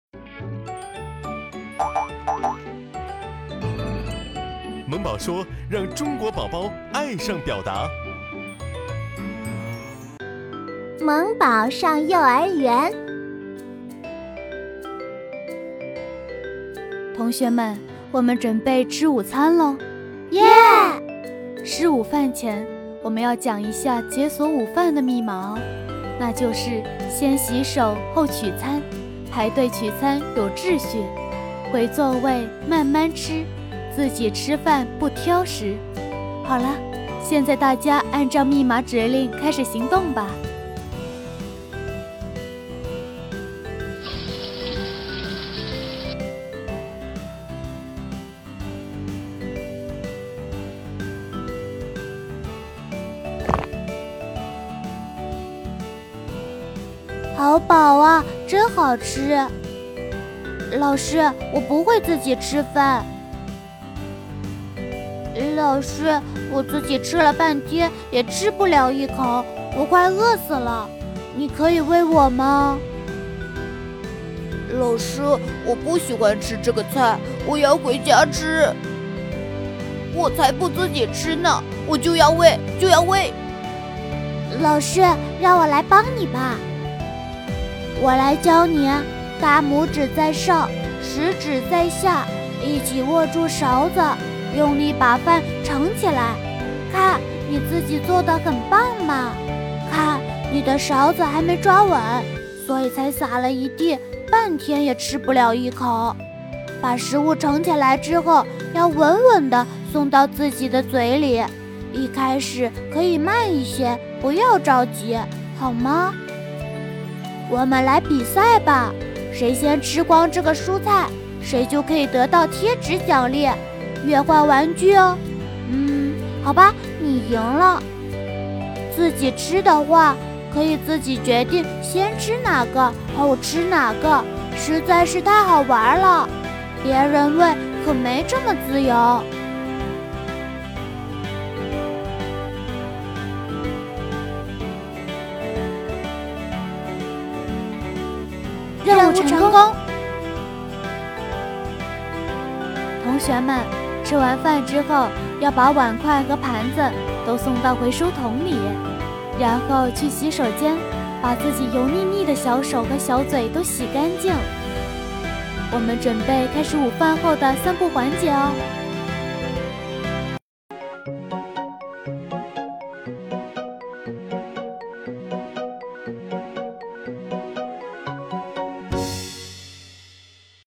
萌宝说：“让中国宝宝爱上表达。” 萌宝上幼儿园。 同学们，我们准备吃午餐喽！ 耶！ 吃午饭前，我们要讲一下解锁午饭的密码哦，那就是先洗手后取餐，排队取餐有秩序，回座位慢慢吃，自己吃饭不挑食。好了，现在大家按照密码指令开始行动吧。 好饱啊，真好吃。老师，我不会自己吃饭。老师，我自己吃了半天也吃不了一口，我快饿死了，你可以喂我吗？ 老师，我不喜欢吃这个菜，我要回家吃。我才不自己吃呢，我就要喂。 老师，让我来帮你吧。我来教你，大拇指在上，食指在下，一起握住勺子，用力把饭盛起来。看，你自己做得很棒嘛！看，你的勺子还没抓稳，所以才洒了一地，半天也吃不了一口。把食物盛起来之后，要稳稳地送到自己的嘴里。一开始可以慢一些，不要着急，好吗？我们来比赛吧，谁先吃光这个蔬菜，谁就可以得到贴纸奖励，月换玩具哦。好吧，你赢了。自己吃的话，可以自己决定先吃哪个，后吃哪个，实在是太好玩了。别人喂可没这么自由。 任务成功！同学们，吃完饭之后，要把碗筷和盘子都送到回收桶里，然后去洗手间，把自己油腻腻的小手和小嘴都洗干净。我们准备开始午饭后的散步环节哦。